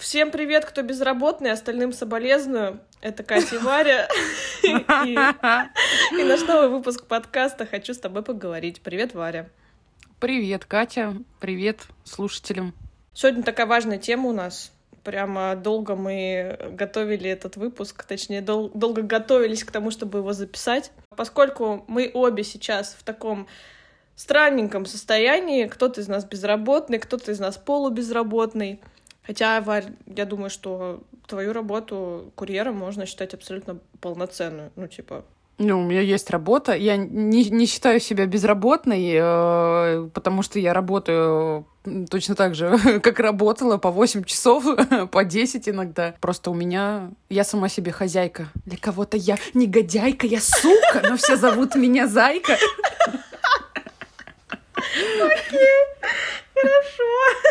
Всем привет, кто безработный, остальным соболезную. Это Катя и Варя. И наш новый выпуск подкаста «Хочу с тобой поговорить». Привет, Варя. Привет, Катя. Привет слушателям. Сегодня такая важная тема у нас. Прямо долго мы готовили этот выпуск, точнее, долго готовились к тому, чтобы его записать. Поскольку мы обе сейчас в таком странненьком состоянии, кто-то из нас безработный, кто-то из нас полубезработный. Хотя, Варь, я думаю, что твою работу курьера можно считать абсолютно полноценную. Ну, у меня есть работа. Я не считаю себя безработной, потому что я работаю точно так же, как работала, по 8 часов, по 10 иногда. Просто я сама себе хозяйка. Для кого-то я негодяйка, я сука, но все зовут меня Зайка. Окей, хорошо.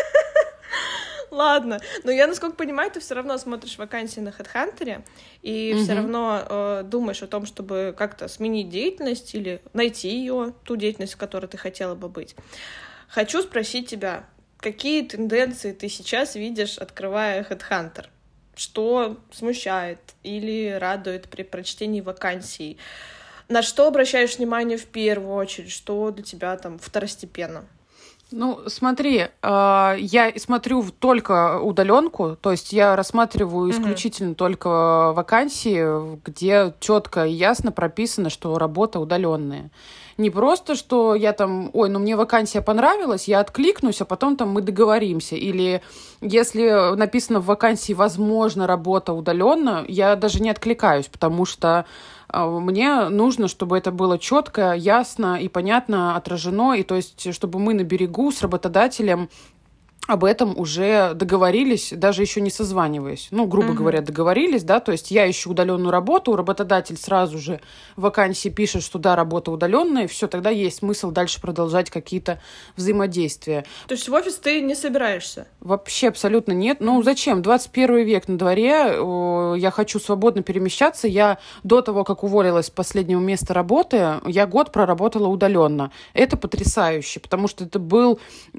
Ладно, но я, насколько понимаю, ты все равно смотришь вакансии на HeadHunter и все равно думаешь о том, чтобы как-то сменить деятельность или найти ее, ту деятельность, в которой ты хотела бы быть. Хочу спросить тебя, какие тенденции ты сейчас видишь, открывая HeadHunter? Что смущает или радует при прочтении вакансий? На что обращаешь внимание в первую очередь? Что для тебя там второстепенно? Ну, смотри, я смотрю только удаленку, то есть я рассматриваю исключительно только вакансии, где четко и ясно прописано, что работа удаленная. Не просто, что я там, мне вакансия понравилась, я откликнусь, а потом там мы договоримся. Или если написано в вакансии «возможно, работа удаленно», я даже не откликаюсь, потому что мне нужно, чтобы это было четко, ясно и понятно отражено, и то есть, чтобы мы на берегу с работодателем об этом уже договорились, даже еще не созваниваясь. Грубо говоря, договорились, да, то есть я ищу удаленную работу, работодатель сразу же в вакансии пишет, что да, работа удаленная, и все, тогда есть смысл дальше продолжать какие-то взаимодействия. То есть в офис ты не собираешься? Вообще абсолютно нет. Зачем? 21 век на дворе, я хочу свободно перемещаться. Я до того, как уволилась с последнего места работы, я год проработала удаленно. Это потрясающе, потому что это был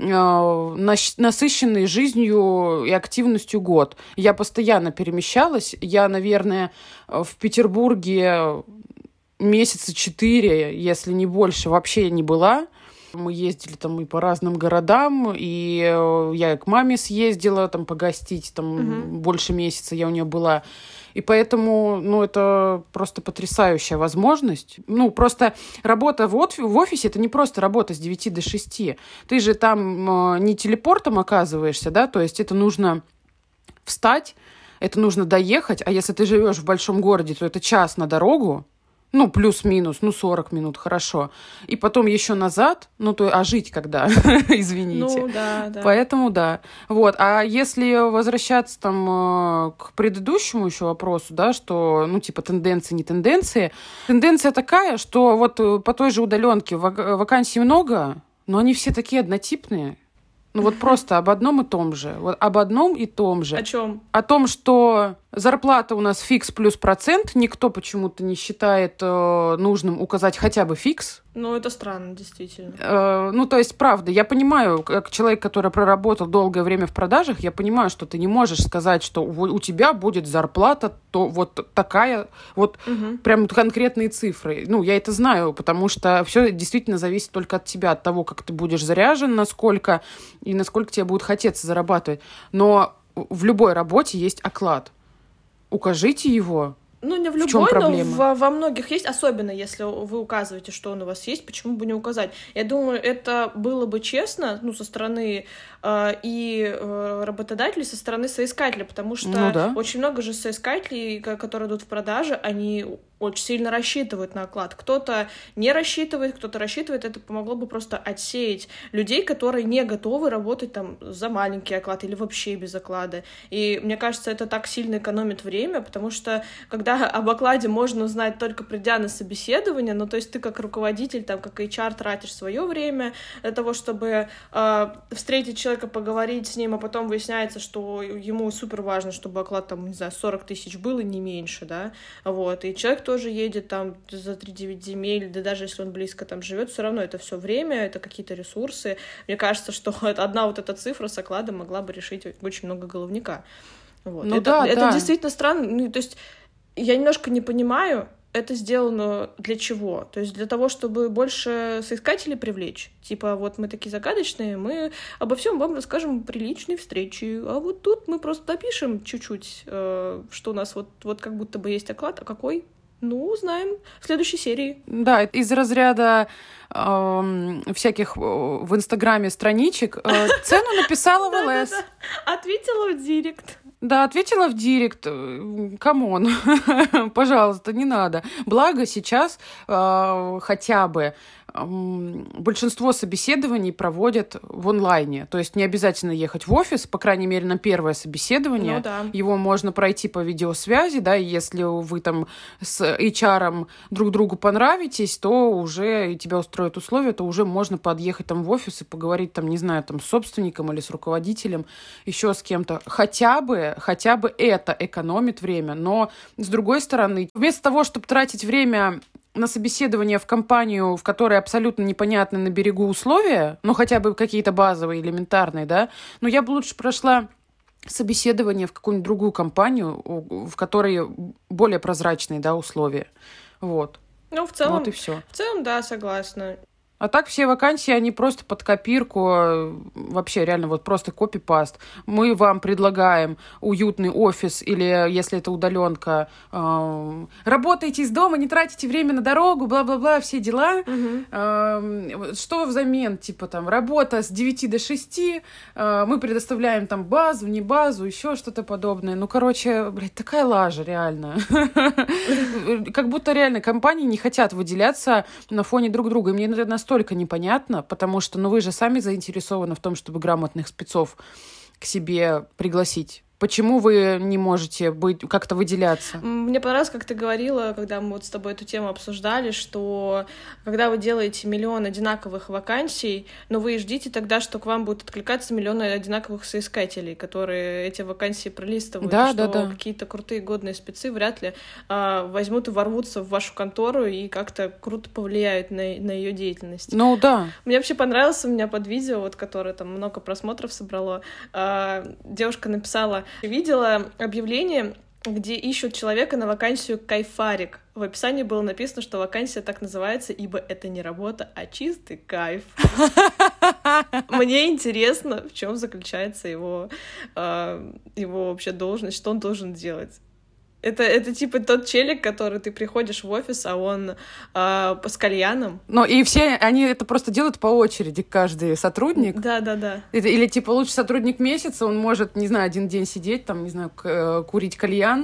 насыщенный жизнью и активностью год. Я постоянно перемещалась. Я, наверное, в Петербурге месяца 4, если не больше, вообще не была. Мы ездили там и по разным городам, и я к маме съездила там погостить, больше месяца я у нее была. И поэтому, это просто потрясающая возможность. Просто работа в офисе — это не просто работа с 9 до 6. Ты же там не телепортом оказываешься, да, то есть это нужно встать, это нужно доехать, а если ты живешь в большом городе, то это час на дорогу, плюс-минус, 40 минут, хорошо. И потом еще назад, а жить когда? Извините. Да. Поэтому да. Вот. А если возвращаться там к предыдущему еще вопросу, да, что, тенденции, не тенденции. Тенденция такая, что вот по той же удаленке вакансий много, но они все такие однотипные. Просто об одном и том же. Об одном и том же. О чем? О том, что зарплата у нас фикс плюс процент. Никто почему-то не считает нужным указать хотя бы фикс. Это странно, действительно. То есть, правда, я понимаю, как человек, который проработал долгое время в продажах, я понимаю, что ты не можешь сказать, что у тебя будет зарплата то вот такая, прям конкретные цифры. Я это знаю, потому что все действительно зависит только от тебя, от того, как ты будешь заряжен, насколько тебе будет хотеться зарабатывать. Но в любой работе есть оклад. Укажите его. Не в любой, но во многих есть, особенно если вы указываете, что он у вас есть, почему бы не указать? Я думаю, это было бы честно, со стороны и работодателей, со стороны соискателя, потому что очень много же соискателей, которые идут в продажи, они очень сильно рассчитывают на оклад. Кто-то не рассчитывает, кто-то рассчитывает. Это помогло бы просто отсеять людей, которые не готовы работать там за маленький оклад или вообще без оклада. И мне кажется, это так сильно экономит время, потому что когда об окладе можно узнать только придя на собеседование, то есть ты как руководитель, там, как HR тратишь свое время для того, чтобы встретить человека, поговорить с ним, а потом выясняется, что ему супер важно, чтобы оклад там, не знаю, 40 тысяч был и не меньше, да, и человек тоже едет там за 3-9 земель, да даже если он близко там живет, все равно это все время, это какие-то ресурсы. Мне кажется, что одна вот эта цифра с окладом могла бы решить очень много головняка. Вот. Ну это действительно странно. Ну, то есть я немножко не понимаю, это сделано для чего? То есть для того, чтобы больше соискателей привлечь? Типа, вот мы такие загадочные, мы обо всем вам расскажем при личной встрече, а вот тут мы просто допишем чуть-чуть, что у нас вот как будто бы есть оклад, а какой? Ну, узнаем в следующей серии. Да, из разряда всяких в Инстаграме страничек. Цену написала в ЛС. Ответила в директ. Да, ответила в директ. Камон, пожалуйста, не надо. Благо сейчас хотя бы большинство собеседований проводят в онлайне. То есть не обязательно ехать в офис, по крайней мере, на первое собеседование. Ну, да. Его можно пройти по видеосвязи, да, и если вы там с HR друг другу понравитесь, то уже и тебя устроят условия, то уже можно подъехать там в офис и поговорить там, не знаю, там с собственником или с руководителем, еще с кем-то. Хотя бы это экономит время. Но, с другой стороны, вместо того, чтобы тратить время на собеседование в компанию, в которой абсолютно непонятны на берегу условия, ну, хотя бы какие-то базовые, элементарные, да, но я бы лучше прошла собеседование в какую-нибудь другую компанию, в которой более прозрачные, да, условия. Вот. Ну, в целом, вот и все. В целом, да, согласна. А так все вакансии, они просто под копирку, вообще реально вот просто копи-паст. Мы вам предлагаем уютный офис или, если это удаленка, работаете из дома, не тратите время на дорогу, бла-бла-бла, все дела. Что взамен? Типа там работа с 9 до 6, мы предоставляем там базу, не базу, еще что-то подобное. Ну, короче, блядь, такая лажа, реально. Как будто реально компании не хотят выделяться на фоне друг друга. И мне это настолько непонятно, потому что, ну, вы же сами заинтересованы в том, чтобы грамотных спецов к себе пригласить. Почему вы не можете как-то выделяться? Мне понравилось, как ты говорила, когда мы вот с тобой эту тему обсуждали, что когда вы делаете миллион одинаковых вакансий, но вы ждите тогда, что к вам будут откликаться миллионы одинаковых соискателей, которые эти вакансии пролистывают, да, что да. какие-то крутые годные спецы вряд ли возьмут и ворвутся в вашу контору и как-то круто повлияют на ее деятельность. Ну да. Мне вообще понравилось, у меня под видео, вот, которое там много просмотров собрало, девушка написала: видела объявление, где ищут человека на вакансию кайфарик. В описании было написано, что вакансия так называется, ибо это не работа, а чистый кайф. Мне интересно, в чем заключается его вообще должность, что он должен делать. Это типа тот челик, который ты приходишь в офис, а он с кальяном. Ну, и все они это просто делают по очереди, каждый сотрудник. Да. Или, типа, лучший сотрудник месяца, он может, не знаю, один день сидеть, там, не знаю, курить кальян,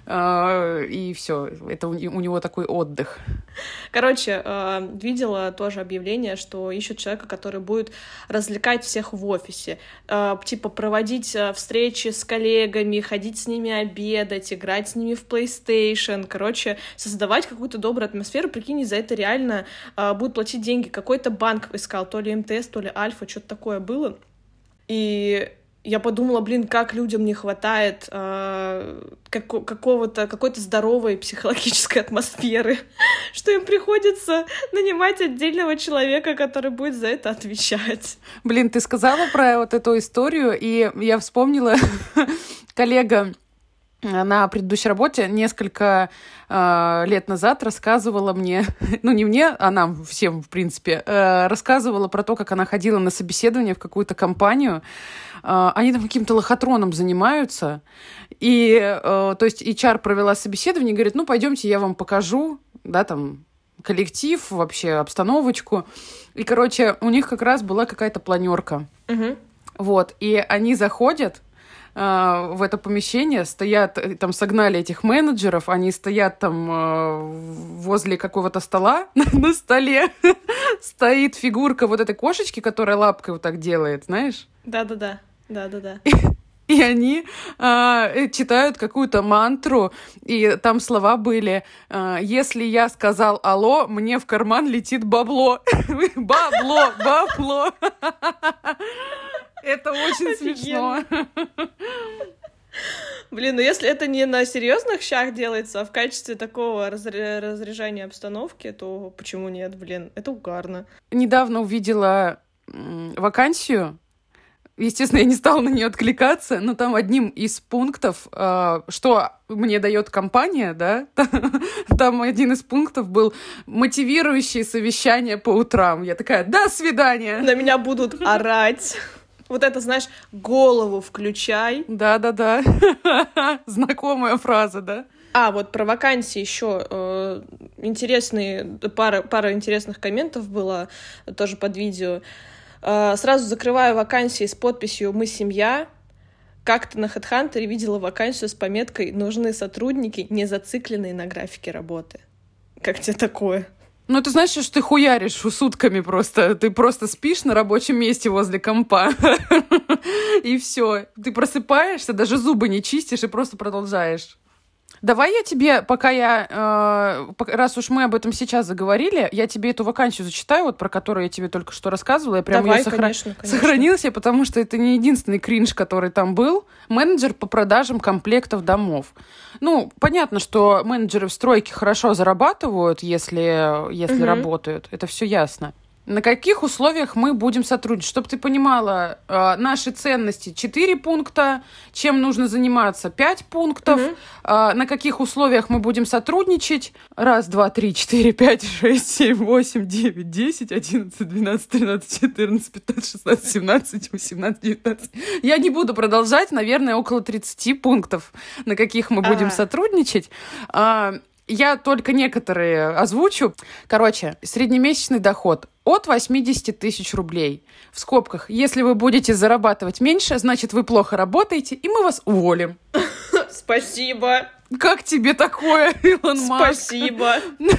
и все. Это у него такой отдых. Короче, видела тоже объявление, что ищут человека, который будет развлекать всех в офисе. Типа проводить встречи с коллегами, ходить с ними обедать, играть с ними в PlayStation. Короче, создавать какую-то добрую атмосферу. Прикинь, за это реально будут платить деньги. Какой-то банк искал, то ли МТС, то ли Альфа, что-то такое было. И я подумала, как людям не хватает какой-то здоровой психологической атмосферы, что им приходится нанимать отдельного человека, который будет за это отвечать. Ты сказала про вот эту историю, и я вспомнила коллега на предыдущей работе несколько лет назад рассказывала мне, ну не мне, а нам всем, в принципе, рассказывала про то, как она ходила на собеседование в какую-то компанию. Они там каким-то лохотроном занимаются. И, то есть, HR провела собеседование и говорит: ну, пойдемте, я вам покажу, да, там, коллектив, вообще обстановочку. И, короче, у них как раз была какая-то планерка. Угу. Вот, и они заходят в это помещение, стоят, там согнали этих менеджеров, они стоят там возле какого-то стола, на столе стоит фигурка вот этой кошечки, которая лапкой вот так делает, знаешь? Да. И они читают какую-то мантру, и там слова были: «Если я сказал алло, мне в карман летит бабло». Бабло. Это очень смешно. Ну если это не на серьезных щах делается, а в качестве такого разряжания обстановки, то почему нет, это угарно. Недавно увидела вакансию, Естественно, я не стала на нее откликаться, но там одним из пунктов, что мне дает компания, да, там один из пунктов был мотивирующие совещания по утрам. Я такая: до свидания! На меня будут орать. Вот это, знаешь, голову включай. Да-да-да. Знакомая фраза, да? Вот про вакансии еще пара интересных комментов было тоже под видео. Сразу закрываю вакансии с подписью «Мы семья». Как-то на HeadHunter видела вакансию с пометкой «Нужны сотрудники, не зацикленные на графике работы». Как тебе такое? Ну, это значит, что ты хуяришь сутками просто. Ты просто спишь на рабочем месте возле компа. И все. Ты просыпаешься, даже зубы не чистишь и просто продолжаешь. Давай я тебе, раз уж мы об этом сейчас заговорили, я тебе эту вакансию зачитаю, вот про которую я тебе только что рассказывала. Я прям ее сохранила себе, потому что это не единственный кринж, который там был. Менеджер по продажам комплектов домов. Ну, понятно, что менеджеры в стройке хорошо зарабатывают, если работают. Это все ясно. На каких условиях мы будем сотрудничать? Чтобы ты понимала, наши ценности 4 пункта, чем нужно заниматься 5 пунктов, на каких условиях мы будем сотрудничать 1, 2, 3, 4, 5, 6, 7, 8, 9, 10, 11, 12, 13, 14, 15, 16, 17, 18, 19. Я не буду продолжать, наверное, около 30 пунктов, на каких мы будем сотрудничать. Я только некоторые озвучу. Короче, среднемесячный доход от 80 тысяч рублей. В скобках: если вы будете зарабатывать меньше, значит, вы плохо работаете, и мы вас уволим. Спасибо. Как тебе такое, Илон Маск? Спасибо.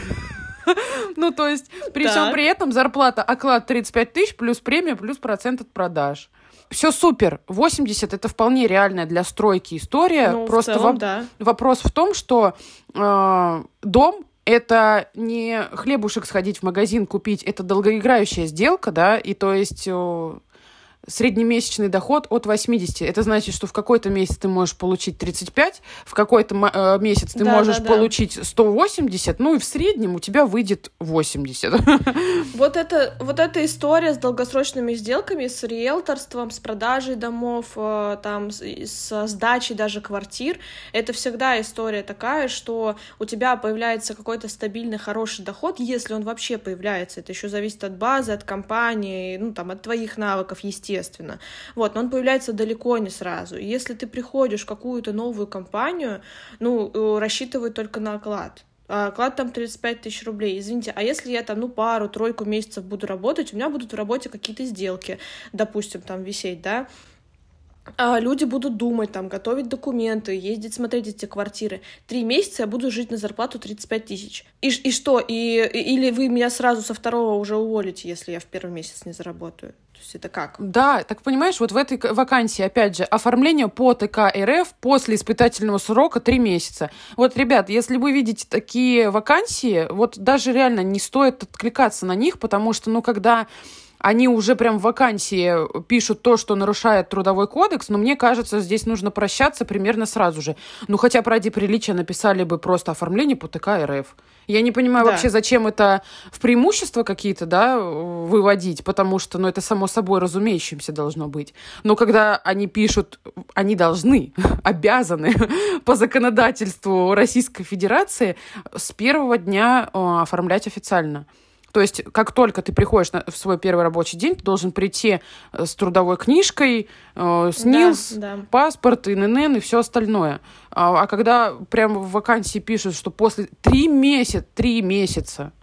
Ну, то есть, при всем при этом зарплата, оклад 35 тысяч, плюс премия, плюс процент от продаж. Все супер. 80 — это вполне реальная для стройки история. Ну, просто в целом, да. Вопрос в том, что дом — это не хлебушек сходить в магазин купить, это долгоиграющая сделка, да, и то есть среднемесячный доход от 80. Это значит, что в какой-то месяц ты можешь получить 35, в какой-то месяц ты можешь получить 180, ну и в среднем у тебя выйдет 80. Вот эта история с долгосрочными сделками, с риэлторством, с продажей домов, там, с сдачей даже квартир, это всегда история такая, что у тебя появляется какой-то стабильный, хороший доход, если он вообще появляется. Это еще зависит от базы, от компании, ну, там, от твоих навыков, естественно. Вот, но он появляется далеко не сразу. И если ты приходишь в какую-то новую компанию, ну, рассчитывай только на оклад. А оклад там 35 тысяч рублей. Извините, а если я там, пару-тройку месяцев буду работать, у меня будут в работе какие-то сделки, допустим, там висеть, да, люди будут думать, там, готовить документы, ездить смотреть эти квартиры. 3 месяца я буду жить на зарплату 35 тысяч. И что? Или вы меня сразу со второго уже уволите, если я в первый месяц не заработаю? То есть это как? Да, так понимаешь, вот в этой вакансии, опять же, оформление по ТК РФ после испытательного срока 3 месяца. Вот, ребят, если вы видите такие вакансии, вот даже реально не стоит откликаться на них, потому что, когда они уже прям в вакансии пишут то, что нарушает Трудовой кодекс, но мне кажется, здесь нужно прощаться примерно сразу же. Хотя бы ради приличия написали бы просто оформление по ТК РФ. Я не понимаю вообще, зачем это в преимущества какие-то, да, выводить, потому что, это само собой разумеющимся должно быть. Но когда они пишут, они должны, обязаны по законодательству Российской Федерации с первого дня оформлять официально. То есть, как только ты приходишь в свой первый рабочий день, ты должен прийти с трудовой книжкой, с НИЛС, паспорт, ИНН и все остальное. А когда прямо в вакансии пишут, что после 3 месяца,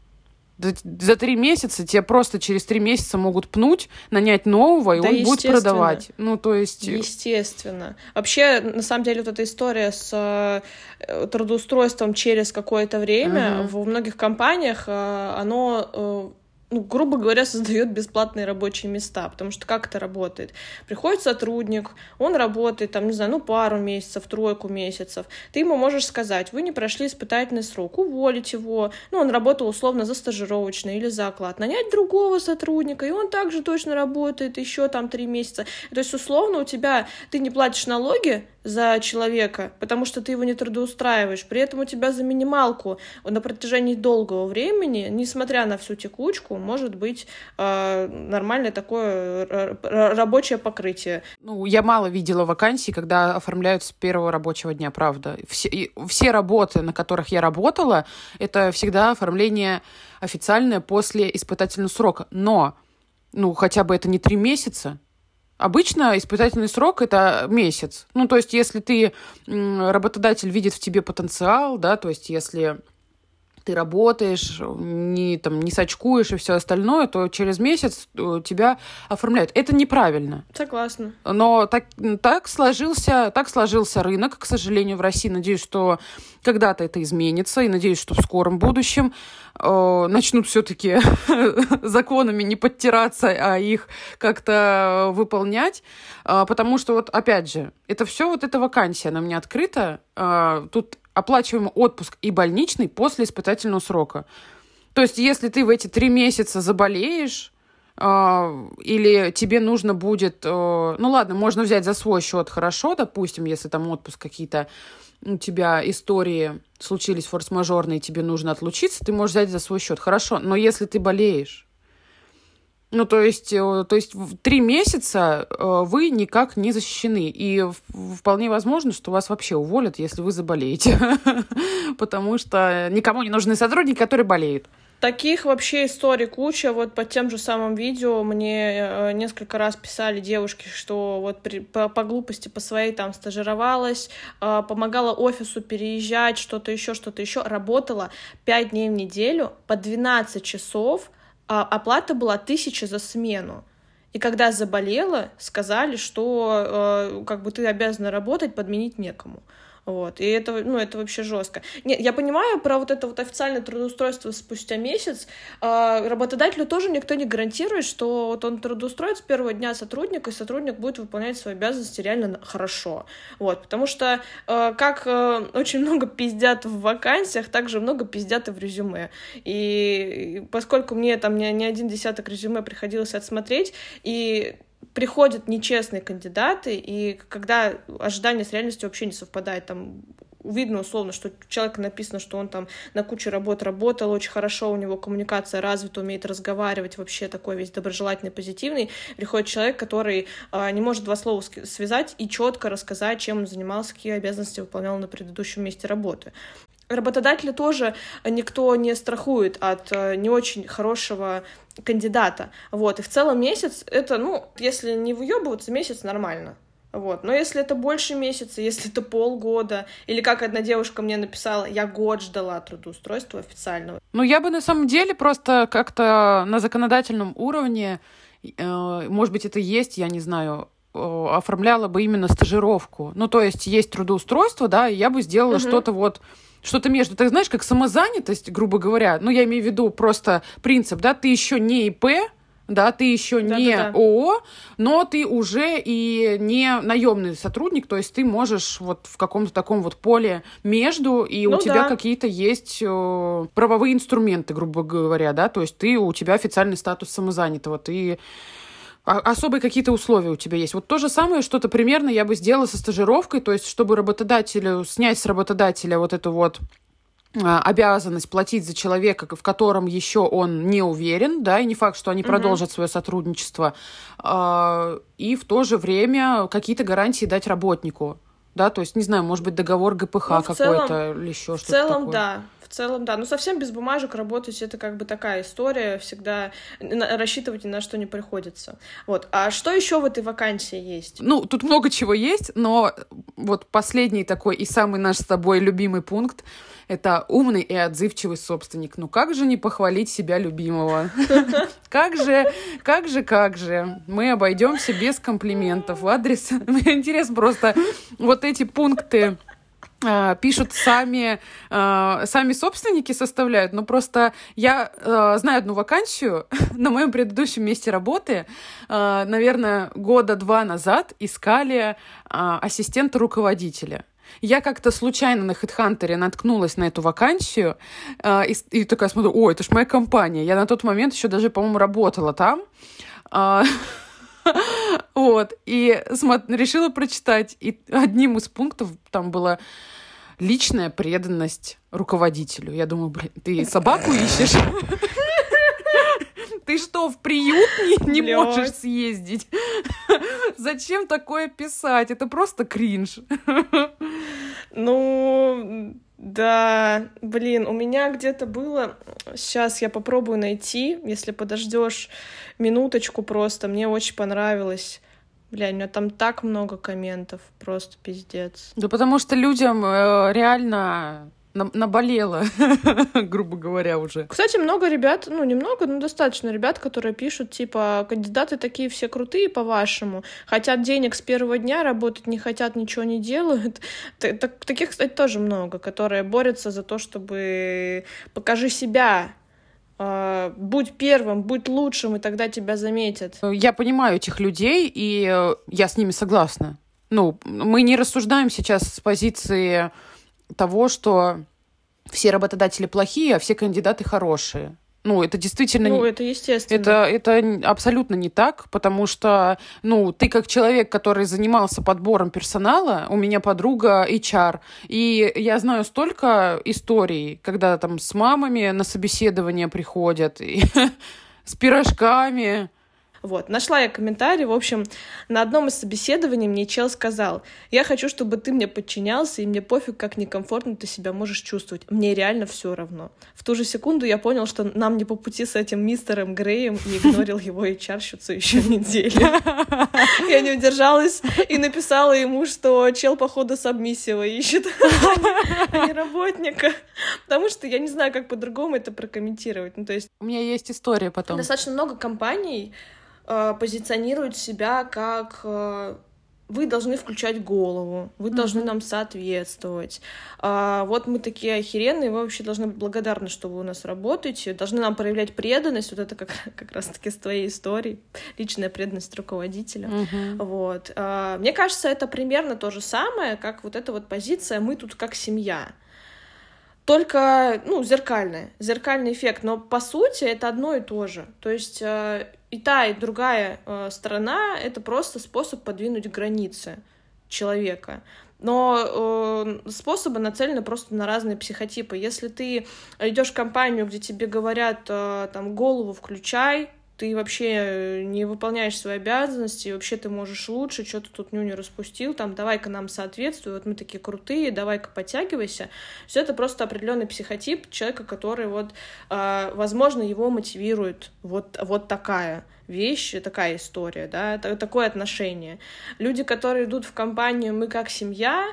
за 3 месяца тебе просто через 3 месяца могут пнуть, нанять нового, и он будет продавать. То есть... Естественно. Вообще, на самом деле, вот эта история с трудоустройством через какое-то время во многих компаниях, оно... грубо говоря, создает бесплатные рабочие места, потому что как это работает? Приходит сотрудник, он работает, там, не знаю, пару месяцев, 3 месяцев, ты ему можешь сказать: вы не прошли испытательный срок, уволить его, он работал условно за стажировочный или за оклад, нанять другого сотрудника, и он также точно работает еще там 3 месяца. То есть, условно, у тебя, ты не платишь налоги, за человека, потому что ты его не трудоустраиваешь. При этом у тебя за минималку на протяжении долгого времени, несмотря на всю текучку, может быть нормальное такое рабочее покрытие. Ну, я мало видела вакансий, когда оформляют с первого рабочего дня, правда. Все работы, на которых я работала, это всегда оформление официальное после испытательного срока. Но, хотя бы это не 3 месяца. Обычно испытательный срок — это месяц. Ну, то есть, если работодатель видит в тебе потенциал, да, то есть, если ты работаешь, не сочкуешь и все остальное, то через месяц тебя оформляют. Это неправильно. Согласна. Но так сложился рынок, к сожалению, в России. Надеюсь, что когда-то это изменится, и надеюсь, что в скором будущем начнут все-таки законами не подтираться, а их как-то выполнять. Потому что, опять же, это все эта вакансия, она у меня открыта. Тут оплачиваемый отпуск и больничный после испытательного срока. То есть, если ты в эти 3 месяца заболеешь, или тебе нужно будет... ладно, можно взять за свой счет, хорошо, допустим, если там отпуск какие-то у тебя истории случились форс-мажорные, тебе нужно отлучиться, ты можешь взять за свой счет, хорошо. Но если ты болеешь, то есть 3 месяца вы никак не защищены. И вполне возможно, что вас вообще уволят, если вы заболеете. Потому что никому не нужны сотрудники, которые болеют. Таких вообще историй куча. Вот под тем же самым видео мне несколько раз писали девушки, что по глупости по своей там стажировалась, помогала офису переезжать, что-то еще. Работала 5 дней в неделю по 12 часов, оплата была 1000 за смену. И когда заболела, сказали, что ты обязана работать, подменить некому. И это вообще жестко. Нет, я понимаю про это официальное трудоустройство спустя месяц. Работодателю тоже никто не гарантирует, что он трудоустроит с первого дня сотрудника, и сотрудник будет выполнять свои обязанности реально хорошо. Потому что как очень много пиздят в вакансиях, так же много пиздят и в резюме. И поскольку мне там не один десяток резюме приходилось отсмотреть, и приходят нечестные кандидаты, и когда ожидания с реальностью вообще не совпадают, там видно условно, что у человека написано, что он там на куче работ работал, очень хорошо у него коммуникация развита, умеет разговаривать, вообще такой весь доброжелательный, позитивный. Приходит человек, который не может 2 слова связать и четко рассказать, чем он занимался, какие обязанности выполнял на предыдущем месте работы. Работодателя тоже никто не страхует от не очень хорошего кандидата. И в целом месяц это, если не выебываться, месяц нормально. Но если это больше месяца, если это полгода, или как одна девушка мне написала, я год ждала трудоустройства официального. Я бы на самом деле просто как-то на законодательном уровне, может быть, это есть, я не знаю, оформляла бы именно стажировку. То есть трудоустройство, да, и я бы сделала что-то между. Ты знаешь, как самозанятость, грубо говоря, я имею в виду просто принцип, да, ты еще не ИП, да, ты еще не ООО, но ты уже и не наемный сотрудник, то есть ты можешь в каком-то таком поле между, и у тебя какие-то есть правовые инструменты, грубо говоря, да, то есть у тебя официальный статус самозанятого, ты особые какие-то условия у тебя есть. То же самое, что-то примерно я бы сделала со стажировкой, то есть чтобы снять с работодателя эту обязанность платить за человека, в котором еще он не уверен, да, и не факт, что они продолжат свое сотрудничество, и в то же время какие-то гарантии дать работнику, да, то есть, не знаю, может быть, договор ГПХ какой-то или еще что-то такое. В целом, да. Совсем без бумажек работать — это такая история, всегда рассчитывать ни на что не приходится. А что еще в этой вакансии есть? Тут много чего есть, но последний такой и самый наш с тобой любимый пункт — это умный и отзывчивый собственник. Как же не похвалить себя любимого? Как же. Мы обойдемся без комплиментов в адрес. Мне интересно просто эти пункты пишут сами собственники, составляют. Просто я знаю одну вакансию на моем предыдущем месте работы. Наверное, 2 года назад искали ассистента руководителя. Я как-то случайно на HeadHunter наткнулась на эту вакансию и такая смотрю, это ж моя компания. Я на тот момент еще даже, по-моему, работала там. Вот. И решила прочитать. И одним из пунктов там была личная преданность руководителю. Я думаю, блин, ты собаку ищешь? Ты что, в приют не можешь съездить? Зачем такое писать? Это просто кринж. Ну, да, блин, у меня где-то было... Сейчас я попробую найти, если подождешь минуточку просто. Мне очень понравилось. Бля, у меня там так много комментов, просто пиздец. Да потому что людям реально наболело, грубо говоря, уже. Кстати, много ребят, ну, немного, но достаточно ребят, которые пишут, типа, кандидаты такие все крутые, по-вашему, хотят денег с первого дня, работать не хотят, ничего не делают. Таких, кстати, тоже много, которые борются за то, чтобы покажи себя, будь первым, будь лучшим, и тогда тебя заметят. Я понимаю этих людей, и я с ними согласна. Ну, мы не рассуждаем сейчас с позиции того, что все работодатели плохие, а все кандидаты хорошие. Ну, это действительно... Ну, это естественно. Это абсолютно не так, потому что, ну, ты как человек, который занимался подбором персонала, у меня подруга HR, и я знаю столько историй, когда там с мамами на собеседование приходят, и с пирожками... Вот, нашла я комментарий, в общем, на одном из собеседований мне чел сказал: я хочу, чтобы ты мне подчинялся, и мне пофиг, как некомфортно ты себя можешь чувствовать, мне реально все равно. В ту же секунду я понял, что нам не по пути с этим мистером Греем, и игнорил его HR-щицу еще неделю. Я не удержалась и написала ему, что чел, походу, сабмиссива ищет, а не работника, потому что я не знаю, как по-другому это прокомментировать. Ну, то есть... У меня есть история потом. Достаточно много компаний позиционируют себя как вы должны включать голову, вы должны нам соответствовать. Вот мы такие охеренные, вы вообще должны быть благодарны, что вы у нас работаете, должны нам проявлять преданность, вот это как раз-таки с твоей историей, личная преданность руководителя. Вот. Мне кажется, это примерно то же самое, как вот эта вот позиция «мы тут как семья». Только, ну, зеркальный эффект, но по сути это одно и то же. То есть и та, и другая сторона — это просто способ подвинуть границы человека. Но способы нацелены просто на разные психотипы. Если ты идешь в компанию, где тебе говорят, там, голову включай, ты вообще не выполняешь свои обязанности, и вообще ты можешь лучше, что ты тут нюню распустил, там, давай-ка нам соответствуй, вот мы такие крутые, давай-ка подтягивайся. Все это просто определенный психотип человека, который вот, возможно, его мотивирует вот такая вещь, такая история, да, такое отношение. Люди, которые идут в компанию «мы как семья»,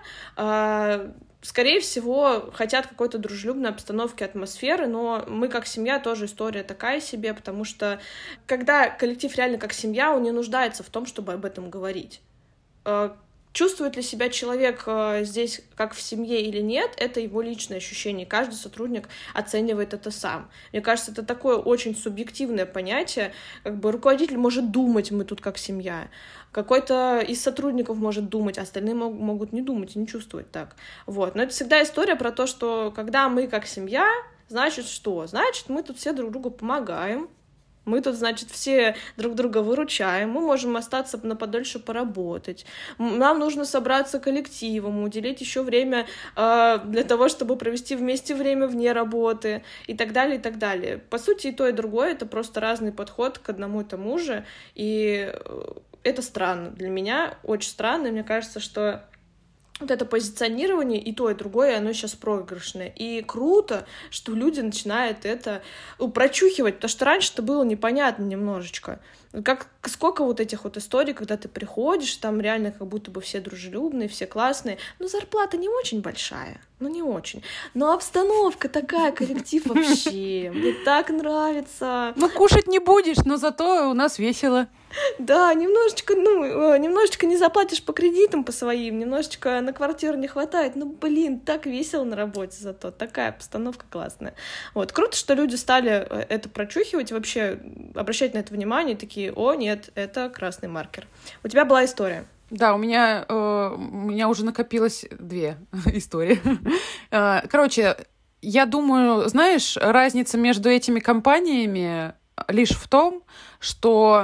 скорее всего, хотят какой-то дружелюбной обстановки, атмосферы, но мы как семья тоже история такая себе, потому что когда коллектив реально как семья, он не нуждается в том, чтобы об этом говорить. Чувствует ли себя человек здесь как в семье или нет, это его личное ощущение. Каждый сотрудник оценивает это сам. Мне кажется, это такое очень субъективное понятие. Как бы руководитель может думать, мы тут как семья. Какой-то из сотрудников может думать, а остальные могут не думать и не чувствовать так. Вот. Но это всегда история про то, что когда мы как семья, значит что? Значит, мы тут все друг другу помогаем. Мы тут, значит, все друг друга выручаем, мы можем остаться на подольше поработать. Нам нужно собраться коллективом, уделить еще время для того, чтобы провести вместе время вне работы и так далее, и так далее. По сути, и то, и другое — это просто разный подход к одному и тому же, и это странно. Для меня очень странно, и мне кажется, что вот это позиционирование и то, и другое, оно сейчас проигрышное. И круто, что люди начинают это прочухивать, потому что раньше это было непонятно немножечко. Сколько вот этих вот историй, когда ты приходишь, там реально как будто бы все дружелюбные, все классные, но зарплата не очень большая, ну не очень. Но обстановка такая, коллектив вообще, мне так нравится. Ну кушать не будешь, но зато у нас весело. Да, немножечко не заплатишь по кредитам по своим, немножечко на квартиру не хватает, ну, блин, так весело на работе зато, такая постановка классная. Вот, круто, что люди стали это прочухивать, вообще обращать на это внимание, такие: о, нет, это красный маркер. У тебя была история. Да, у меня уже накопилось 2 истории. Короче, я думаю, знаешь, разница между этими компаниями лишь в том, что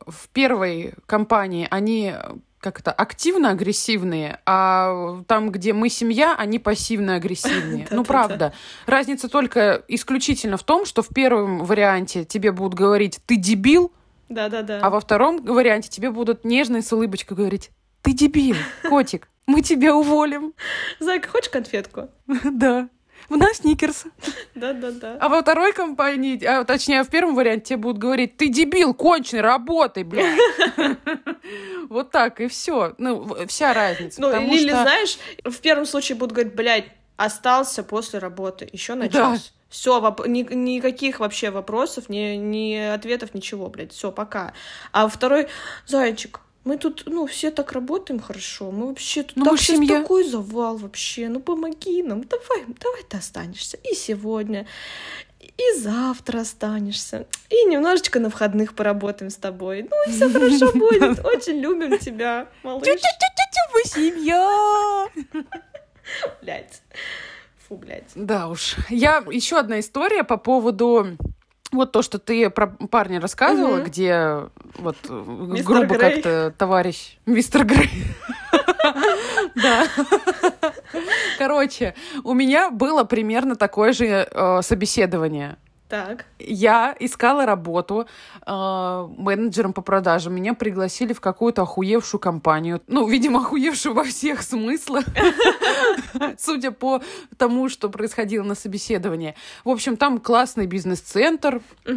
в первой компании они как-то активно-агрессивные, а там, где мы семья, они пассивно-агрессивные. Ну, правда. Разница только исключительно в том, что в первом варианте тебе будут говорить «ты дебил», а во втором варианте тебе будут нежно и с улыбочкой говорить «ты дебил, котик, мы тебя уволим». Зайка, хочешь конфетку? Да. На сникерс. Да. А во второй компании, точнее, в первом варианте тебе будут говорить «ты дебил, конченый, работай, блядь». Вот так, и все. Ну, вся разница. Ну, или, знаешь, в первом случае будут говорить «блядь, остался после работы, еще на час». Все, никаких вообще вопросов, ни ответов, ничего, блядь, все, пока. А второй, зайчик, мы тут, все так работаем хорошо, мы вообще тут так сейчас такой завал вообще, помоги нам, давай ты останешься и сегодня, и завтра останешься, и немножечко на выходных поработаем с тобой, и все хорошо будет, очень любим тебя, малыш. Вы семья! Блядь. Фу, блядь. Да уж. Еще одна история по поводу вот то, что ты про парня рассказывала, где вот грубо как-то товарищ мистер Грей. Да. Короче, у меня было примерно такое же собеседование. Так. Я искала работу менеджером по продажам. Меня пригласили в какую-то охуевшую компанию. Ну, видимо, охуевшую во всех смыслах. Судя по тому, что происходило на собеседовании. В общем, там классный бизнес-центр.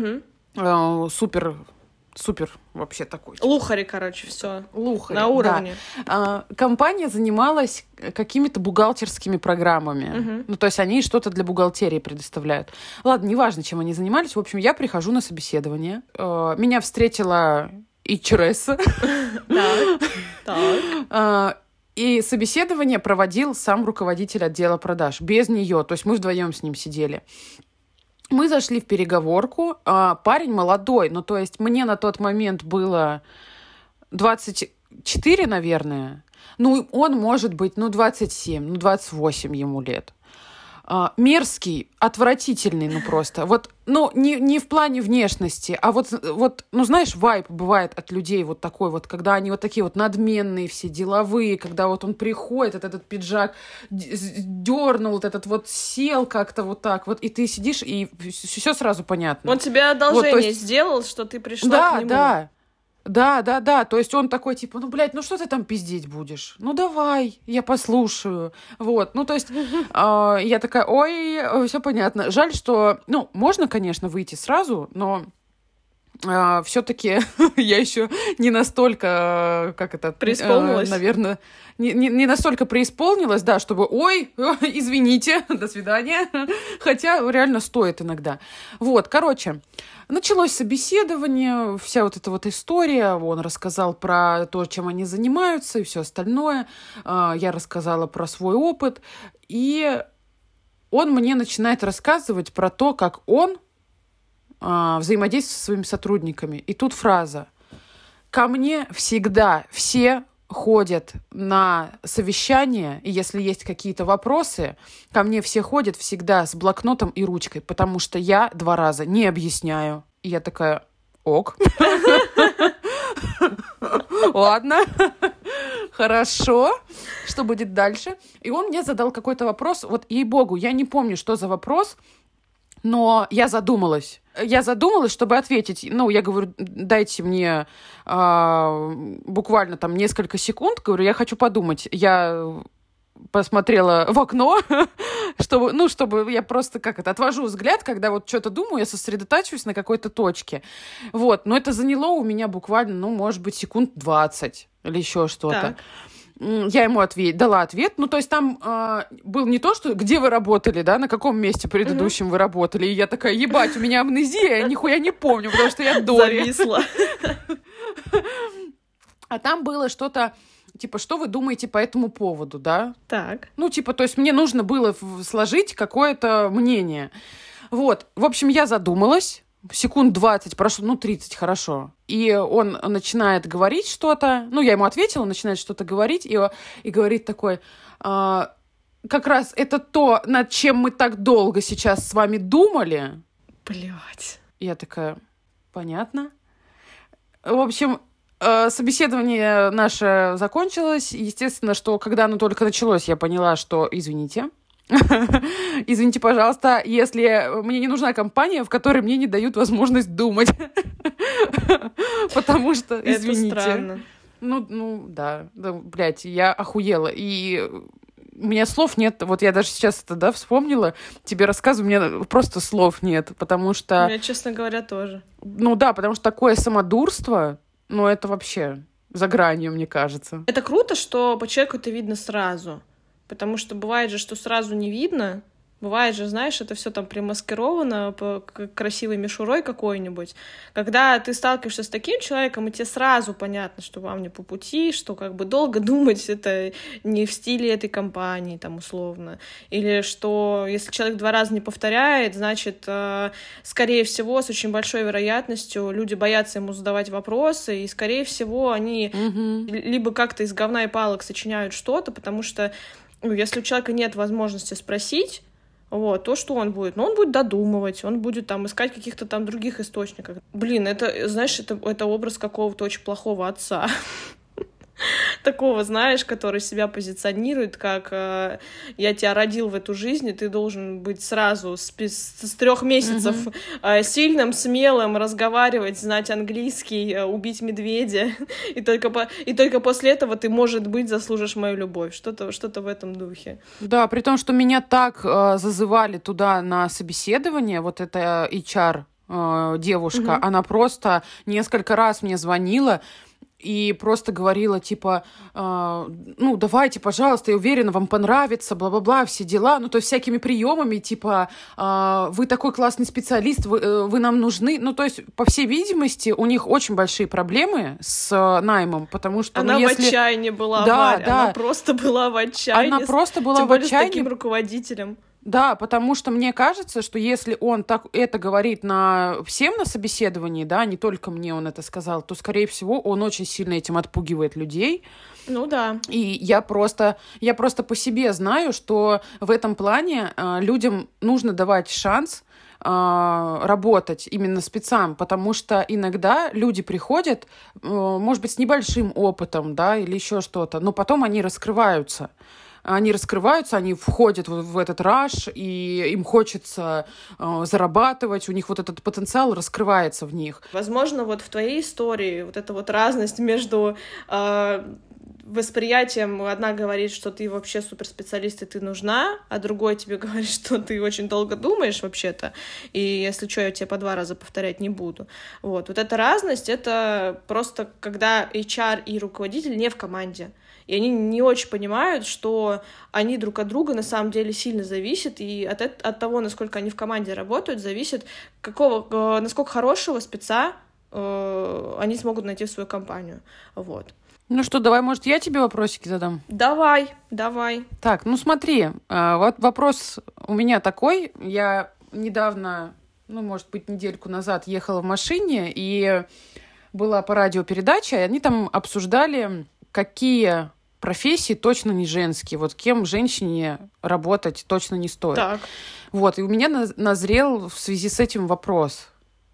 Супер вообще такой. Лухари, короче, все. Лухари, на уровне. Да. Компания занималась какими-то бухгалтерскими программами. Ну, то есть они что-то для бухгалтерии предоставляют. Ладно, неважно, чем они занимались. В общем, я прихожу на собеседование. Меня встретила HR. Так. И собеседование проводил сам руководитель отдела продаж. Без нее. То есть мы вдвоем с ним сидели. Мы зашли в переговорку. Парень молодой, ну, то есть мне на тот момент было 24, наверное. Ну, он может быть, 27, 28 ему лет. Мерзкий, отвратительный, просто. Вот, не в плане внешности, а вот, знаешь, вайб бывает от людей вот такой вот, когда они вот такие вот надменные все, деловые, когда вот он приходит, этот пиджак дернул, вот этот вот сел как-то вот так вот, и ты сидишь, и все сразу понятно. Он тебе одолжение сделал, что ты пришла к нему. Да. То есть он такой, типа, что ты там пиздеть будешь? Ну, давай, я послушаю. Вот. Ну, то есть я такая, ой, все понятно. Жаль, что, можно, конечно, выйти сразу, но все-таки я еще не настолько, преисполнилась? Наверное, не настолько преисполнилась, да, чтобы, ой, извините, до свидания. Хотя реально стоит иногда. Вот, короче, началось собеседование, вся вот эта вот история. Он рассказал про то, чем они занимаются и все остальное. Я рассказала про свой опыт. И он мне начинает рассказывать про то, как он взаимодействовать со своими сотрудниками. И тут фраза: «Ко мне всегда все ходят на совещания, и если есть какие-то вопросы, ко мне все ходят всегда с блокнотом и ручкой, потому что я 2 раза не объясняю». И я такая: ок. Ладно. Хорошо. Что будет дальше? И он мне задал какой-то вопрос. Вот, ей-богу, я не помню, что за вопрос, но я задумалась. Чтобы ответить. Я говорю, дайте мне буквально там несколько секунд. Говорю, я хочу подумать. Я посмотрела в окно, чтобы я просто отвожу взгляд, когда вот что-то думаю, я сосредотачиваюсь на какой-то точке. Вот. Но это заняло у меня буквально, может быть, секунд 20 или еще что-то. Так. Я ему дала ответ. То есть там был не то, что где вы работали, да, на каком месте предыдущем вы работали. И я такая, ебать, у меня амнезия, я нихуя не помню, потому что я доме. Зависла. А там было что-то, типа, что вы думаете по этому поводу, да? Так. То есть мне нужно было сложить какое-то мнение. Вот. В общем, я задумалась. Секунд 20 прошло, 30, хорошо. И он начинает говорить что-то. Я ему ответила, он начинает что-то говорить. И говорит такой: как раз это то, над чем мы так долго сейчас с вами думали. Блять. Я такая: понятно. В общем, собеседование наше закончилось. Естественно, что когда оно только началось, я поняла, что извините. Извините, пожалуйста, если мне не нужна компания, в которой мне не дают возможность думать. Потому что, извините. Это странно. Ну, да, блядь, я охуела. И у меня слов нет. Вот я даже сейчас это, да, вспомнила. Тебе рассказываю, у меня просто слов нет, потому что... У меня, честно говоря, тоже. Ну да, потому что такое самодурство, ну это вообще за гранью, мне кажется. Это круто, что по человеку это видно сразу. Потому что бывает же, что сразу не видно. Бывает же, знаешь, это все там примаскировано красивой мишурой какой-нибудь. Когда ты сталкиваешься с таким человеком, и тебе сразу понятно, что вам не по пути, что как бы долго думать это не в стиле этой компании, там, условно. Или что если человек 2 раза не повторяет, значит, скорее всего, с очень большой вероятностью люди боятся ему задавать вопросы, и, скорее всего, они либо как-то из говна и палок сочиняют что-то, потому что если у человека нет возможности спросить, вот, то что он будет? Ну, он будет додумывать, он будет там искать каких-то там других источников. Блин, это, знаешь, это образ какого-то очень плохого отца. Такого, знаешь, который себя позиционирует, как я тебя родил в эту жизнь, и ты должен быть сразу с 3 месяцев сильным, смелым, разговаривать, знать английский, убить медведя, и только после этого ты, может быть, заслужишь мою любовь. Что-то в этом духе. Да, при том, что меня так зазывали туда на собеседование, вот эта HR девушка, она просто несколько раз мне звонила, и просто говорила, типа, ну, давайте, пожалуйста, я уверена, вам понравится, бла-бла-бла, все дела. Ну, то есть всякими приемами, типа, вы такой классный специалист, вы нам нужны. Ну, то есть, по всей видимости, у них очень большие проблемы с наймом, потому что... Она в отчаянии была, да, Варя. Да. Она просто была в отчаянии. Она просто была тем в более отчаянии. с таким руководителем. Да, потому что мне кажется, что если он так это говорит всем на собеседовании, да, не только мне он это сказал, то, скорее всего, он очень сильно этим отпугивает людей. Ну да. И я просто по себе знаю, что в этом плане людям нужно давать шанс работать именно спецам, потому что иногда люди приходят, может быть, с небольшим опытом, да, или еще что-то, но потом они раскрываются. Они входят в этот раш, и им хочется зарабатывать, у них вот этот потенциал раскрывается в них. Возможно, вот в твоей истории вот эта вот разность между восприятием, одна говорит, что ты вообще суперспециалист и ты нужна, а другой тебе говорит, что ты очень долго думаешь вообще-то, и если что, я тебе по 2 раза повторять не буду. Вот эта разность, это просто когда HR и руководитель не в команде. И они не очень понимают, что они друг от друга на самом деле сильно зависят, и от того, насколько они в команде работают, зависит, насколько хорошего спеца они смогут найти в свою компанию. Вот. Ну что, давай, может, я тебе вопросики задам? Давай. Так, ну смотри, вот вопрос у меня такой. Я недавно, ну, может быть, недельку назад ехала в машине, и была по радио передача, и они там обсуждали, какие профессии точно не женские, вот кем женщине работать точно не стоит. Так. Вот, и у меня назрел в связи с этим вопрос.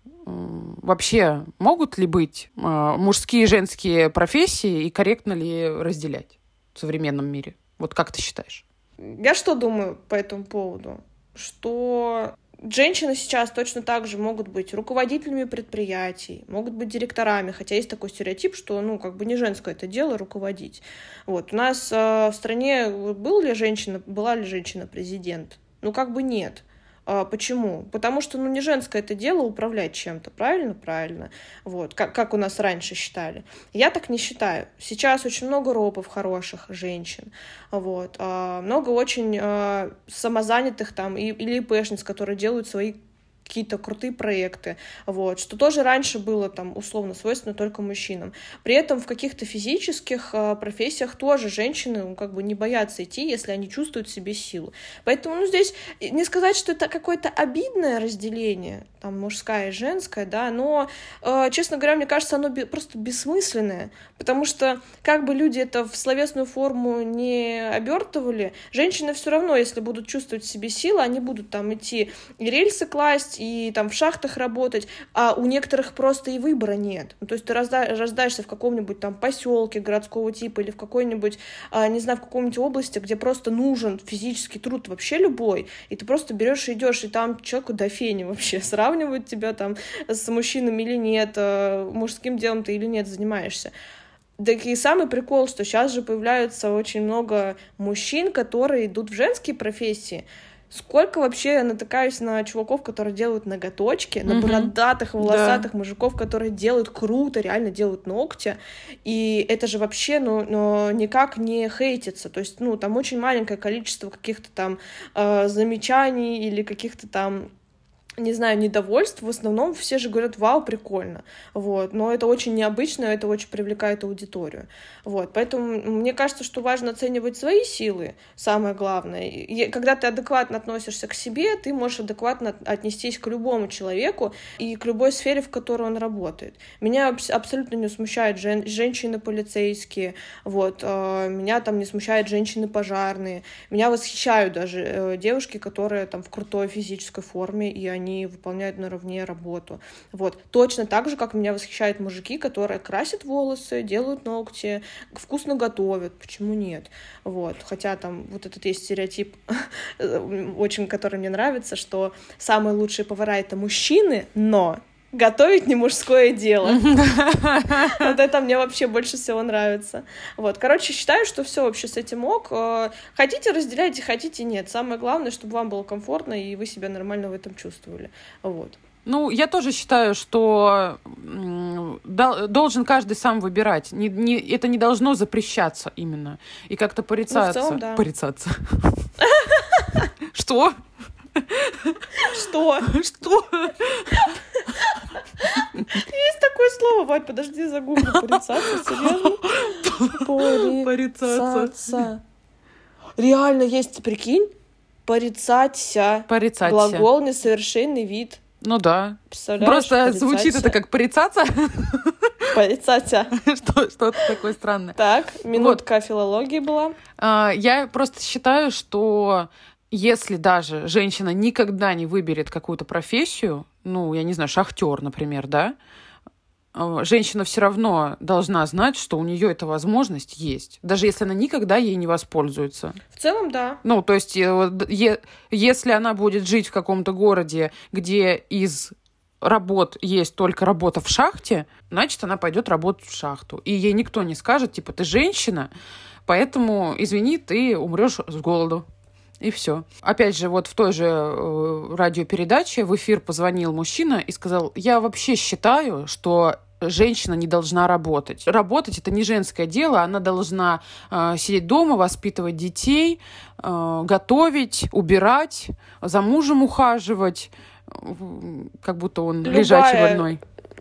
Вообще, могут ли быть мужские и женские профессии, и корректно ли разделять в современном мире? Вот как ты считаешь? Я что думаю по этому поводу? Что женщины сейчас точно так же могут быть руководителями предприятий, могут быть директорами, хотя есть такой стереотип, что, ну, как бы не женское это дело руководить. Вот. У нас в стране была ли женщина президент? Ну, как бы нет. Почему? Потому что, ну, не женское это дело управлять чем-то, правильно? Правильно. Вот, как у нас раньше считали. Я так не считаю. Сейчас очень много ропов хороших женщин, вот, много очень самозанятых там или ИПшниц, которые делают свои какие-то крутые проекты, вот, что тоже раньше было там условно свойственно только мужчинам. При этом в каких-то физических профессиях тоже женщины, ну, как бы не боятся идти, если они чувствуют в себе силу. Поэтому, ну, здесь не сказать, что это какое-то обидное разделение, там, мужская и женская, да, но, честно говоря, мне кажется, оно просто бессмысленное, потому что как бы люди это в словесную форму не обертывали, женщины все равно, если будут чувствовать в себе силу, они будут там идти и рельсы класть, и там в шахтах работать, а у некоторых просто и выбора нет. Ну, то есть ты рождаешься в каком-нибудь там поселке городского типа или в какой-нибудь, не знаю, в какой-нибудь области, где просто нужен физический труд вообще любой, и ты просто берешь и идешь, и там человеку до фени вообще сравнивают тебя там с мужчинами или нет, мужским делом ты или нет занимаешься. Так и самый прикол, что сейчас же появляется очень много мужчин, которые идут в женские профессии. Сколько вообще я натыкаюсь на чуваков, которые делают ноготочки, на бородатых, волосатых мужиков, которые делают круто, реально делают ногти. И это же вообще, никак не хейтится. То есть, там очень маленькое количество каких-то там замечаний или каких-то там, не знаю, недовольств. В основном все же говорят: вау, прикольно. Вот. Но это очень необычно, это очень привлекает аудиторию. Вот. Поэтому мне кажется, что важно оценивать свои силы, самое главное. И когда ты адекватно относишься к себе, ты можешь адекватно отнестись к любому человеку и к любой сфере, в которой он работает. Меня абсолютно не смущают женщины-полицейские, вот. Меня там не смущают женщины-пожарные. Меня восхищают даже девушки, которые там в крутой физической форме, и они выполняют наравне работу. Вот. Точно так же, как меня восхищают мужики, которые красят волосы, делают ногти, вкусно готовят. Почему нет? Вот. Хотя там вот этот есть стереотип, очень, который мне нравится, что самые лучшие повара — это мужчины, но готовить не мужское дело. Вот это мне вообще больше всего нравится. Вот, короче, считаю, что все вообще с этим ок. Хотите — разделяйте, хотите — нет. Самое главное, чтобы вам было комфортно и вы себя нормально в этом чувствовали. Вот. Я тоже считаю, что должен каждый сам выбирать. Это не должно запрещаться именно. И как-то порицаться. В целом, да. Порицаться. Что? Что? Что? Есть такое слово, Вать, подожди, загугли. Порицаться, серьезно? Порицаться. Реально есть, прикинь? Порицаться. Глагол, несовершенный вид. Ну да. Просто звучит это как порицаться. Порицаться. Что-то такое странное. Так, минутка филологии была. Я просто считаю, что если даже женщина никогда не выберет какую-то профессию, я не знаю, шахтер, например, да, женщина все равно должна знать, что у нее эта возможность есть, даже если она никогда ей не воспользуется. В целом, да. То есть, если она будет жить в каком-то городе, где из работ есть только работа в шахте, значит, она пойдет работать в шахту. И ей никто не скажет, типа, ты женщина, поэтому, извини, ты умрешь с голоду. И все. Опять же, вот в той же радиопередаче в эфир позвонил мужчина и сказал: я вообще считаю, что женщина не должна работать. Работать — это не женское дело, она должна сидеть дома, воспитывать детей, готовить, убирать, за мужем ухаживать, как будто он лежачий больной.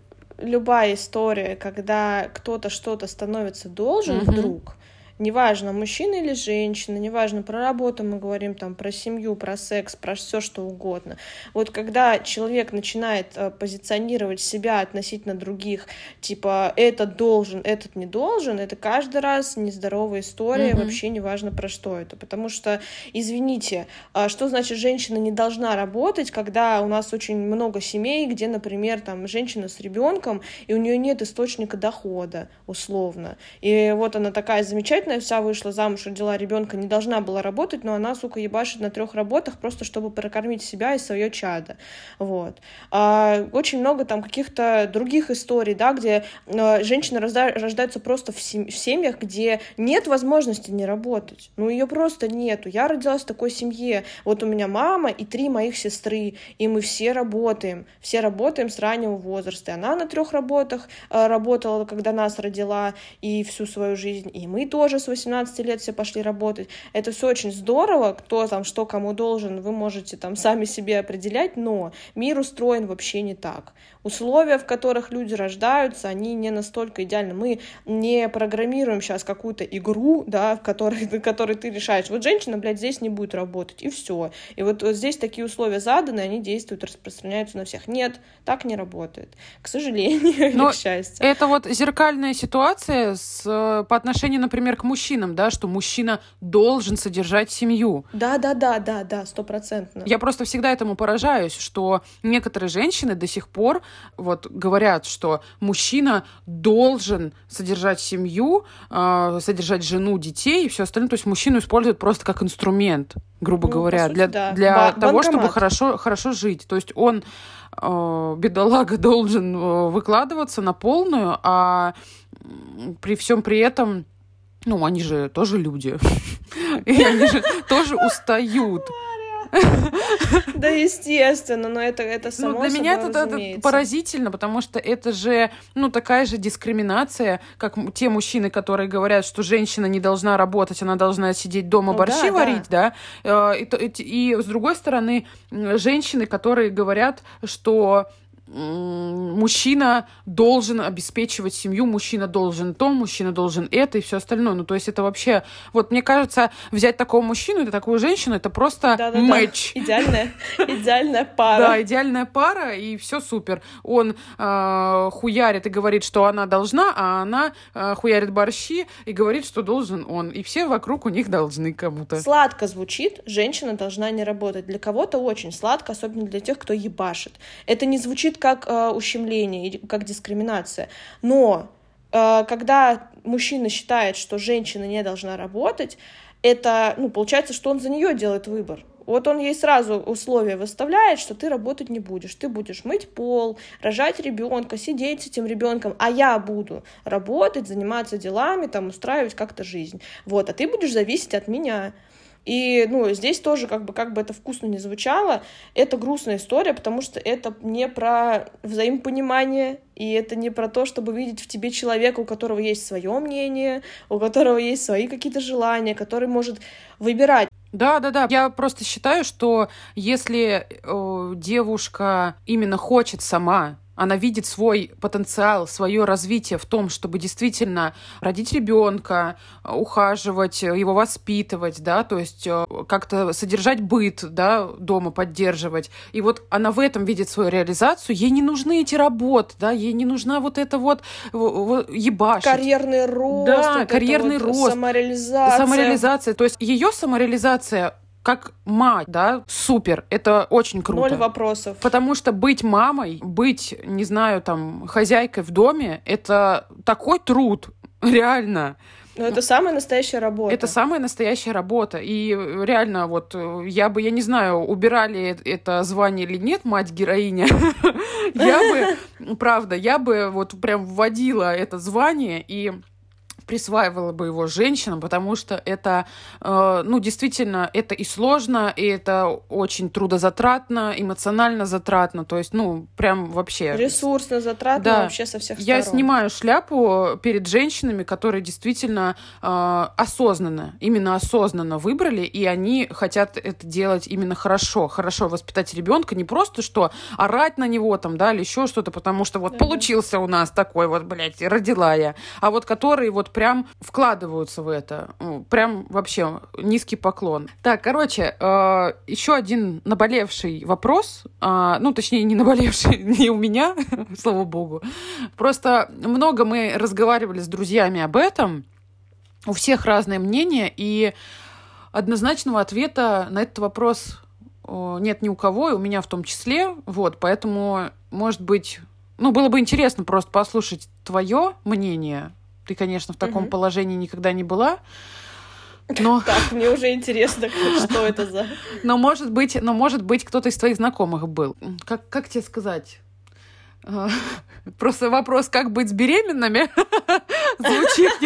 Любая история, когда кто-то что-то становится должен вдруг, неважно, мужчина или женщина, неважно, про работу мы говорим, там, про семью, про секс, про все что угодно. Вот когда человек начинает позиционировать себя относительно других, типа, этот должен, этот не должен, это каждый раз нездоровая история, вообще неважно, про что это. Потому что, извините, что значит женщина не должна работать, когда у нас очень много семей, где, например, там, женщина с ребенком, и у нее нет источника дохода, условно. И вот она такая замечательная, вся вышла замуж, родила ребенка, не должна была работать, но она, сука, ебашит на 3 работах просто чтобы прокормить себя и свое чадо. Вот. Очень много там каких-то других историй, да, где женщины рождаются просто в семьях, где нет возможности не работать. Ее просто нету. Я родилась в такой семье. Вот у меня мама и 3 моих сестры, и мы все работаем с раннего возраста. Она на 3 работах работала, когда нас родила, и всю свою жизнь, и мы тоже с 18 лет все пошли работать. Это все очень здорово, кто там что кому должен, вы можете там сами себе определять, но мир устроен вообще не так. Условия, в которых люди рождаются, они не настолько идеальны. Мы не программируем сейчас какую-то игру, да, в которой ты решаешь, вот женщина, блядь, здесь не будет работать, и все. И вот здесь такие условия заданы, они действуют, распространяются на всех. Нет, так не работает. К сожалению, или к счастью. Это вот зеркальная ситуация по отношению, например, к мужчинам, да, что мужчина должен содержать семью. Да, 100%. Я просто всегда этому поражаюсь, что некоторые женщины до сих пор вот говорят, что мужчина должен содержать семью, содержать жену, детей и все остальное. То есть мужчину используют просто как инструмент, грубо говоря, сути, для того, чтобы хорошо жить. То есть он, бедолага, должен выкладываться на полную, а при всем при этом, ну, они же тоже люди. И они же тоже устают. Да, естественно, но это само собой для меня это поразительно, потому что это же, такая же дискриминация, как те мужчины, которые говорят, что женщина не должна работать, она должна сидеть дома, борщи варить, да. И с другой стороны, женщины, которые говорят, что мужчина должен обеспечивать семью, мужчина должен то, мужчина должен это и все остальное. То есть это вообще... Вот мне кажется, взять такого мужчину и такую женщину, это просто матч. Идеальная пара. Да, идеальная пара, и все супер. Он хуярит и говорит, что она должна, а она хуярит борщи и говорит, что должен он. И все вокруг у них должны кому-то. Сладко звучит, женщина должна не работать. Для кого-то очень сладко, особенно для тех, кто ебашит. Это не звучит как ущемление или как дискриминация. Но когда мужчина считает, что женщина не должна работать, это, получается, что он за нее делает выбор. Вот он ей сразу условия выставляет, что ты работать не будешь. Ты будешь мыть пол, рожать ребенка, сидеть с этим ребенком, а я буду работать, заниматься делами, устраивать как-то жизнь. Вот, а ты будешь зависеть от меня. И, здесь тоже, как бы это вкусно не звучало, это грустная история, потому что это не про взаимопонимание, и это не про то, чтобы видеть в тебе человека, у которого есть свое мнение, у которого есть свои какие-то желания, который может выбирать. Да. Я просто считаю, что если девушка именно хочет сама, она видит свой потенциал, свое развитие в том, чтобы действительно родить ребенка, ухаживать, его воспитывать, да, то есть как-то содержать быт, да, дома поддерживать. И вот она в этом видит свою реализацию. Ей не нужны эти работы, да, ей не нужна вот это вот ебашить. Карьерный рост. Да, карьерный рост. Самореализация. То есть ее самореализация как мать, да, супер, это очень круто. 0 вопросов. Потому что быть мамой, быть, не знаю, хозяйкой в доме, это такой труд, реально. Но это самая настоящая работа. Это самая настоящая работа. И реально, я не знаю, убирали это звание или нет, мать-героиня. Я бы прям вводила это звание и присваивала бы его женщинам, потому что это, действительно, это и сложно, и это очень трудозатратно, эмоционально затратно, то есть, прям вообще... Ресурсно затратно вообще со всех сторон. Я снимаю шляпу перед женщинами, которые действительно именно осознанно выбрали, и они хотят это делать именно хорошо воспитать ребенка, не просто что орать на него или еще что-то, потому что получился у нас такой родила я, а которые прям вкладываются в это. Прям вообще низкий поклон. Так, еще один наболевший вопрос. Точнее, не наболевший не у меня, слава богу. Просто много мы разговаривали с друзьями об этом. У всех разное мнение, и однозначного ответа на этот вопрос нет ни у кого, и у меня в том числе. Поэтому, может быть, было бы интересно просто послушать твое мнение. Ты, конечно, в таком положении никогда не была. Но... Так, мне уже интересно, что это за... Но, может быть, кто-то из твоих знакомых был. Как тебе сказать? Просто вопрос, как быть с беременными, звучит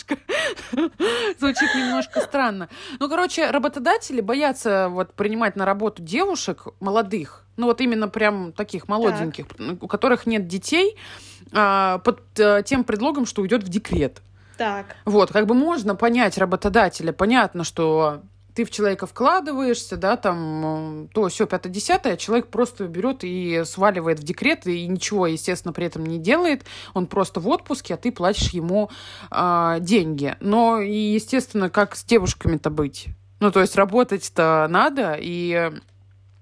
немножко странно. Работодатели боятся принимать на работу девушек молодых, именно прям таких молоденьких, у которых нет детей, под тем предлогом, что уйдет в декрет. Так. Можно понять работодателя. Понятно, что ты в человека вкладываешься, да, то, сё, 5-10, а человек просто берет и сваливает в декрет, и ничего, естественно, при этом не делает. Он просто в отпуске, а ты платишь ему деньги. Но, и, естественно, как с девушками-то быть? То есть работать-то надо, и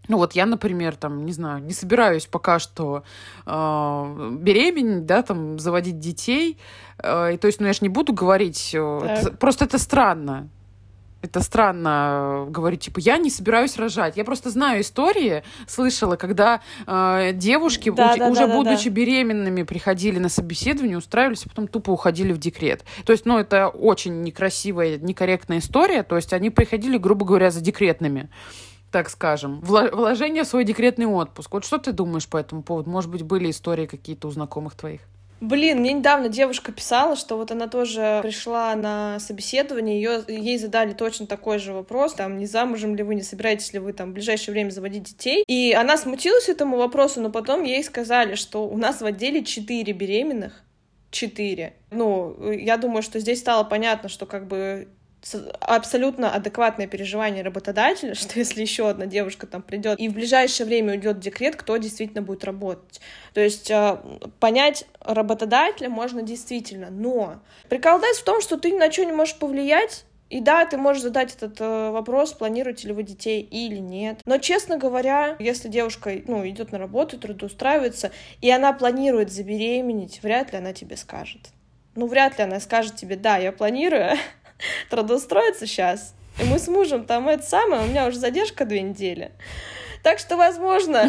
Ну вот я, например, там, не знаю, не собираюсь пока что беременеть, да, там, заводить детей. И, то есть, ну, я же не буду говорить... просто это странно. Это странно говорить, типа, я не собираюсь рожать. Я просто знаю истории, слышала, когда девушки, уже будучи беременными, приходили на собеседование, устраивались, а потом тупо уходили в декрет. То есть, ну, это очень некрасивая, некорректная история. То есть, они приходили, грубо говоря, за декретными, так скажем, вложение в свой декретный отпуск. Вот что ты думаешь по этому поводу? Может быть, были истории какие-то у знакомых твоих? Блин, мне недавно девушка писала, что вот она тоже пришла на собеседование, ей задали точно такой же вопрос, там, не замужем ли вы, не собираетесь ли вы там в ближайшее время заводить детей. И она смутилась этому вопросу, но потом ей сказали, что у нас в отделе 4 беременных. 4. Ну, я думаю, что здесь стало понятно, что как бы абсолютно адекватное переживание работодателя, что если еще одна девушка там придет и в ближайшее время уйдет в декрет, кто действительно будет работать. То есть понять работодателя можно действительно, но приколдес в том, что ты ни на что не можешь повлиять. И да, ты можешь задать этот вопрос, планируете ли вы детей или нет. Но, честно говоря, если девушка, ну, идет на работу, трудоустраивается, и она планирует забеременеть, вряд ли она тебе скажет. Ну, вряд ли она скажет тебе, да, я планирую трудоустроиться сейчас, и мы с мужем там это самое, у меня уже задержка 2 недели. Так что, возможно,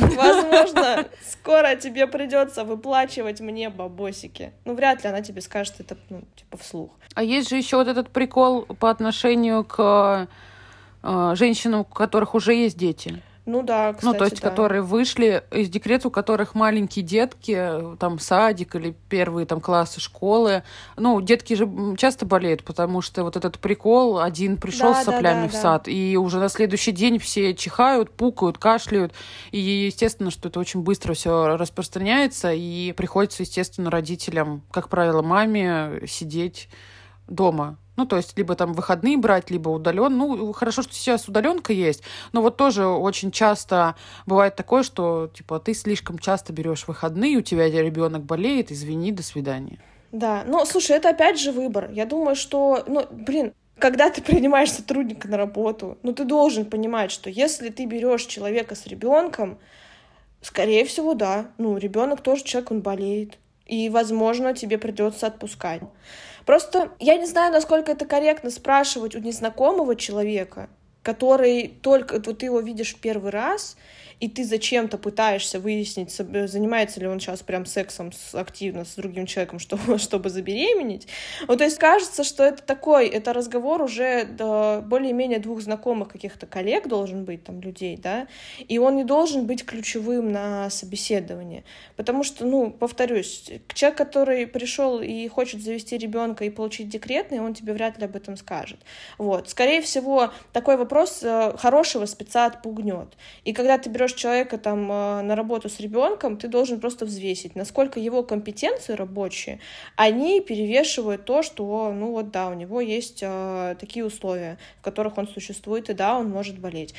скоро тебе придется выплачивать мне бабосики. Ну, вряд ли она тебе скажет это, ну, типа, вслух. А есть же еще вот этот прикол по отношению к женщинам, у которых уже есть дети. Ну да, кстати, ну, то есть, которые вышли из декрета, у которых маленькие детки, там, садик или первые там классы школы. Ну, детки же часто болеют, потому что вот этот прикол, один пришел с соплями в сад, и уже на следующий день все чихают, пукают, кашляют. И, естественно, что это очень быстро все распространяется, и приходится, естественно, родителям, как правило, маме сидеть дома. Ну, то есть, либо там выходные брать, либо удален. Ну, хорошо, что сейчас удаленка есть, но вот тоже очень часто бывает такое, что, типа, ты слишком часто берешь выходные, у тебя ребенок болеет, извини, до свидания. Да, ну, слушай, это опять же выбор. Я думаю, что, когда ты принимаешь сотрудника на работу, ты должен понимать, что если ты берешь человека с ребенком, скорее всего, да, ребенок тоже человек, он болеет. И, возможно, тебе придется отпускать. Просто я не знаю, насколько это корректно спрашивать у незнакомого человека, который только... Вот ты его видишь в первый раз, и ты зачем-то пытаешься выяснить, занимается ли он сейчас прям сексом активно с другим человеком, чтобы забеременеть. Вот, то есть кажется, что это разговор уже более-менее 2 знакомых каких-то коллег должен быть, там, людей, да, и он не должен быть ключевым на собеседовании. Потому что, повторюсь, человек, который пришел и хочет завести ребенка и получить декретный, он тебе вряд ли об этом скажет. Вот. Скорее всего, такой вопрос хорошего спеца отпугнет. И когда ты берешь человека там на работу с ребенком, ты должен просто взвесить, насколько его компетенции рабочие, они перевешивают то, что, у него есть такие условия, в которых он существует, и да, он может болеть.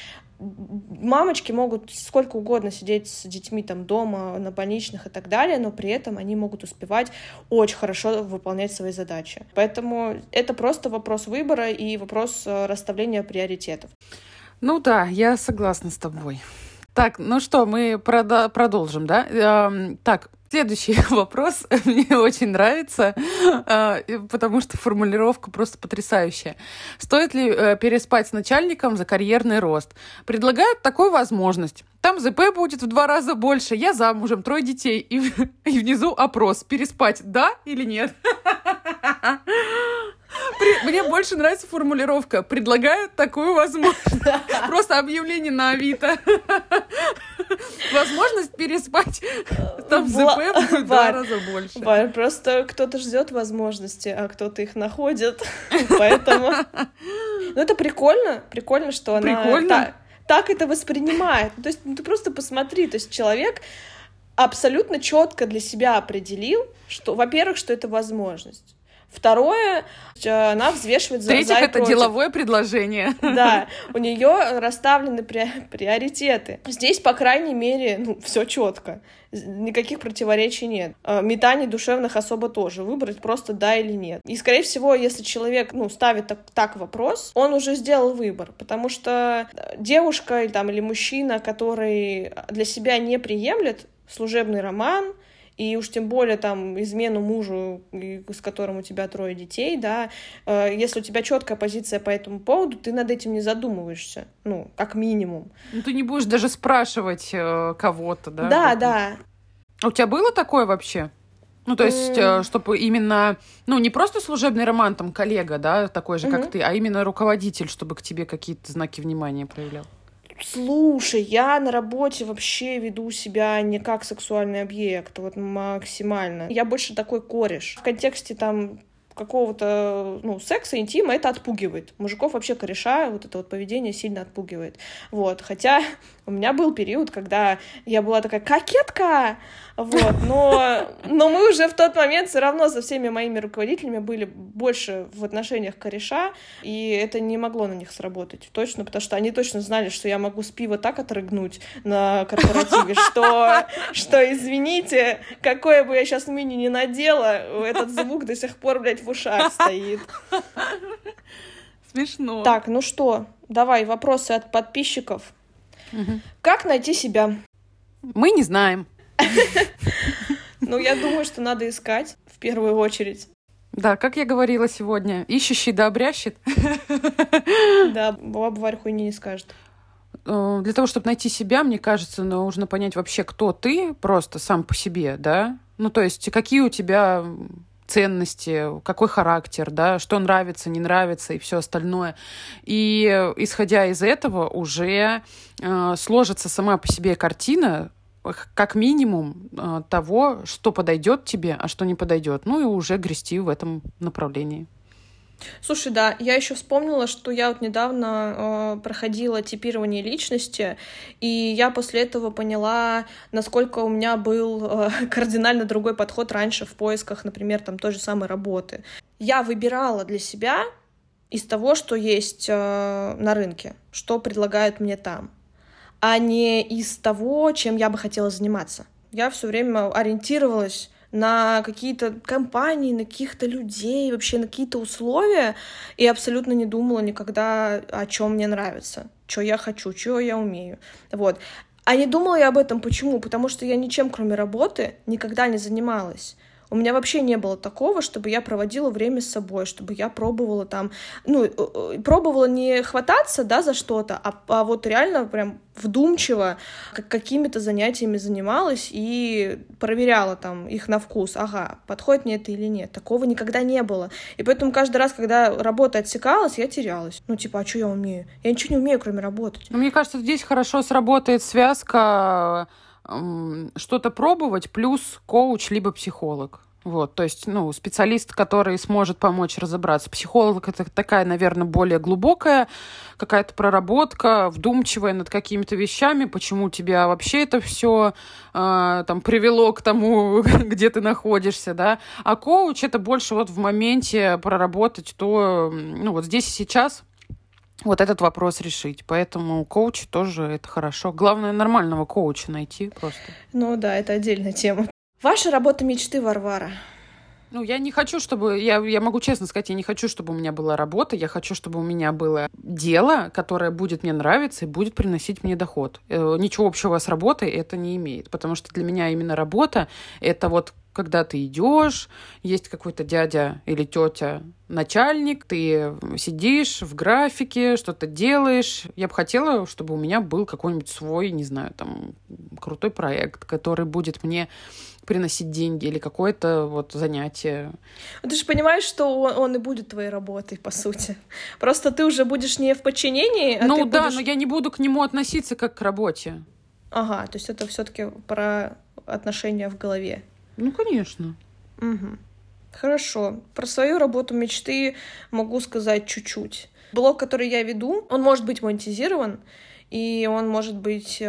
Мамочки могут сколько угодно сидеть с детьми там дома, на больничных и так далее, но при этом они могут успевать очень хорошо выполнять свои задачи. Поэтому это просто вопрос выбора и вопрос расставления приоритетов. Ну да, я согласна с тобой. Так, ну что, мы продолжим, да? Так, следующий вопрос мне очень нравится, потому что формулировка просто потрясающая. Стоит ли переспать с начальником за карьерный рост? Предлагают такую возможность. Там ЗП будет в 2 раза больше, я замужем, 3 детей. И внизу опрос. Переспать, да или нет? Мне больше нравится формулировка. Предлагают такую возможность. Просто объявление на Авито. Возможность переспать. Там ЗП будет в 2 раза больше. Просто кто-то ждет возможности, а кто-то их находит. Поэтому... это прикольно. Прикольно, что она так это воспринимает. То есть ты просто посмотри. То есть человек абсолютно четко для себя определил, что, во-первых, что это возможность. Второе, она взвешивает за и против. Это деловое предложение. Да, у нее расставлены приоритеты. Здесь, по крайней мере, все четко. Никаких противоречий нет. Метаний душевных особо тоже. Выбрать просто да или нет. И, скорее всего, если человек ставит так вопрос, он уже сделал выбор. Потому что девушка или мужчина, который для себя не приемлет служебный роман, и уж тем более измену мужу, с которым у тебя 3 детей, да, если у тебя четкая позиция по этому поводу, ты над этим не задумываешься, как минимум. Ты не будешь даже спрашивать кого-то, да? Да, да. А у тебя было такое вообще? То есть, чтобы именно, не просто служебный роман, коллега, да, такой же, как ты, а именно руководитель, чтобы к тебе какие-то знаки внимания проявлял. Слушай, я на работе вообще веду себя не как сексуальный объект, максимально. Я больше такой кореш. В контексте какого-то, секса, интима это отпугивает. Мужиков вообще кореша, это поведение сильно отпугивает. Хотя у меня был период, когда я была такая кокетка, но мы уже в тот момент все равно со всеми моими руководителями были больше в отношениях кореша, и это не могло на них сработать точно, потому что они точно знали, что я могу с пива так отрыгнуть на корпоративе, что извините, какое бы я сейчас мини не надела, этот звук до сих пор, блядь, в ушах стоит. Смешно. Так, что, давай вопросы от подписчиков. Как найти себя? Мы не знаем. Я думаю, что надо искать в первую очередь. Да, как я говорила сегодня, ищущий да обрящет. Да, баба хуйни не скажет. Для того, чтобы найти себя, мне кажется, нужно понять вообще, кто ты просто сам по себе, да? То есть, какие у тебя ценности, какой характер, да, что нравится, не нравится и все остальное. И исходя из этого уже сложится сама по себе картина, как минимум того, что подойдет тебе, а что не подойдет. И уже грести в этом направлении. Слушай, да, я еще вспомнила, что я недавно проходила типирование личности, и я после этого поняла, насколько у меня был кардинально другой подход раньше в поисках, например, той же самой работы. Я выбирала для себя из того, что есть на рынке, что предлагают мне там, а не из того, чем я бы хотела заниматься. Я все время ориентировалась на какие-то компании, на каких-то людей, вообще на какие-то условия, и абсолютно не думала никогда, о чем мне нравится, что я хочу, что я умею. А не думала я об этом почему? Потому что я ничем, кроме работы, никогда не занималась. У меня вообще не было такого, чтобы я проводила время с собой, чтобы я пробовала пробовала не хвататься, да, за что-то, а реально прям вдумчиво какими-то занятиями занималась и проверяла их на вкус. Ага, подходит мне это или нет. Такого никогда не было. И поэтому каждый раз, когда работа отсекалась, я терялась. А что я умею? Я ничего не умею, кроме работать. Мне кажется, здесь хорошо сработает связка что-то пробовать плюс коуч либо психолог. То есть, специалист, который сможет помочь разобраться. Психолог — это такая, наверное, более глубокая какая-то проработка, вдумчивая над какими-то вещами, почему тебя вообще это все привело к тому, где ты находишься, да. А коуч — это больше в моменте проработать то, здесь и сейчас этот вопрос решить. Поэтому коуч тоже это хорошо. Главное, нормального коуча найти просто. Да, это отдельная тема. Ваша работа мечты, Варвара? Я не хочу, чтобы... Я могу честно сказать, я не хочу, чтобы у меня была работа. Я хочу, чтобы у меня было дело, которое будет мне нравиться и будет приносить мне доход. Ничего общего с работой это не имеет. Потому что для меня именно работа — это когда ты идешь, есть какой-то дядя или тетя, начальник, ты сидишь в графике, что-то делаешь. Я бы хотела, чтобы у меня был какой-нибудь свой, не знаю, крутой проект, который будет мне приносить деньги или какое-то занятие. Ты же понимаешь, что он и будет твоей работой, по сути. Просто ты уже будешь не в подчинении, а ты будешь... но я не буду к нему относиться как к работе. Ага, то есть это все-таки про отношения в голове. Конечно. Угу. Хорошо. Про свою работу мечты могу сказать чуть-чуть. Блог, который я веду, он может быть монетизирован, и он может быть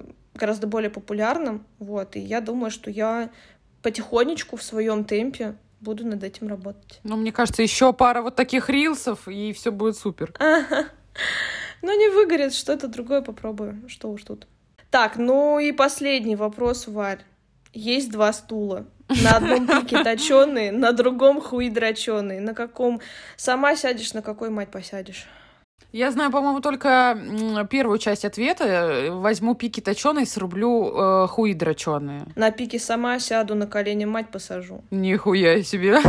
гораздо более популярным. И я думаю, что я потихонечку в своем темпе буду над этим работать. Ну, мне кажется, еще пара вот таких рилсов, и все будет супер. Ну, не выгорит, что-то другое попробую. Что уж тут. Так, ну и последний вопрос, Варь. Есть 2 стула. На одном пике точёные, на другом хуи дрочёные. На каком сама сядешь, на какой, мать, посядешь? Я знаю, по-моему, только первую часть ответа. Возьму пики точёные, срублю хуи дрочёные. На пике сама сяду, на колени мать посажу. Нихуя себе.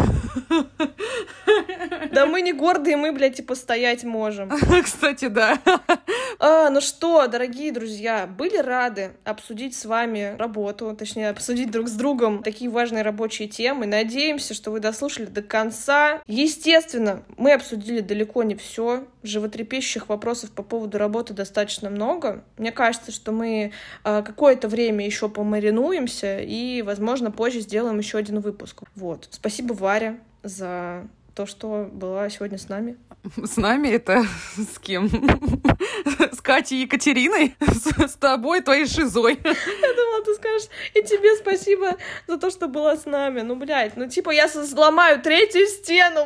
Да мы не гордые, мы, блядь, и постоять можем. Кстати, да. Ну что, дорогие друзья, были рады обсудить с вами работу, точнее, обсудить друг с другом такие важные рабочие темы. Надеемся, что вы дослушали до конца. Естественно, мы обсудили далеко не все. Животрепещущих вопросов по поводу работы достаточно много. Мне кажется, что мы какое-то время еще помаринуемся и, возможно, позже сделаем еще один выпуск. Вот. Спасибо, Варя, за то, что была сегодня с нами. С нами это с кем? С Катей и Екатериной? С тобой, твоей шизой. Я думала, ты скажешь, и тебе спасибо за то, что была с нами. Ну, блядь, ну типа я сломаю 3-ю стену.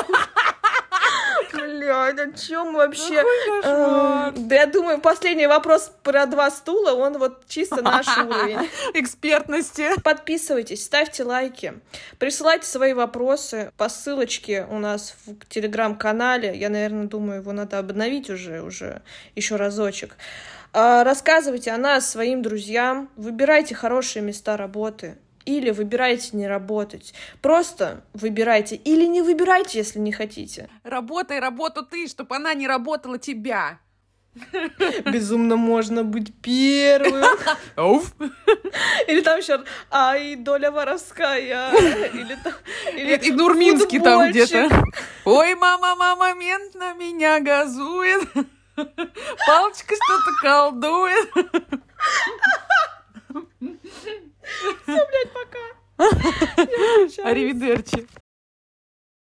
Блядь, о чем вообще? Да я думаю, последний вопрос про 2 стула, он вот чисто наш уровень. Экспертности. Подписывайтесь, ставьте лайки, присылайте свои вопросы по ссылочке у нас в телеграм-канале. Я, наверное, думаю, его надо обновить уже еще разочек. Рассказывайте о нас своим друзьям, выбирайте хорошие места работы. Или выбирайте не работать. Просто выбирайте. Или не выбирайте, если не хотите. Работай работу ты, чтобы она не работала тебя. Безумно можно быть первым. Или там еще и доля воровская. И Нурминский там где-то. Ой, мама, момент на меня газует. Палочка что-то колдует. Все, блядь, пока. Аривидерчи.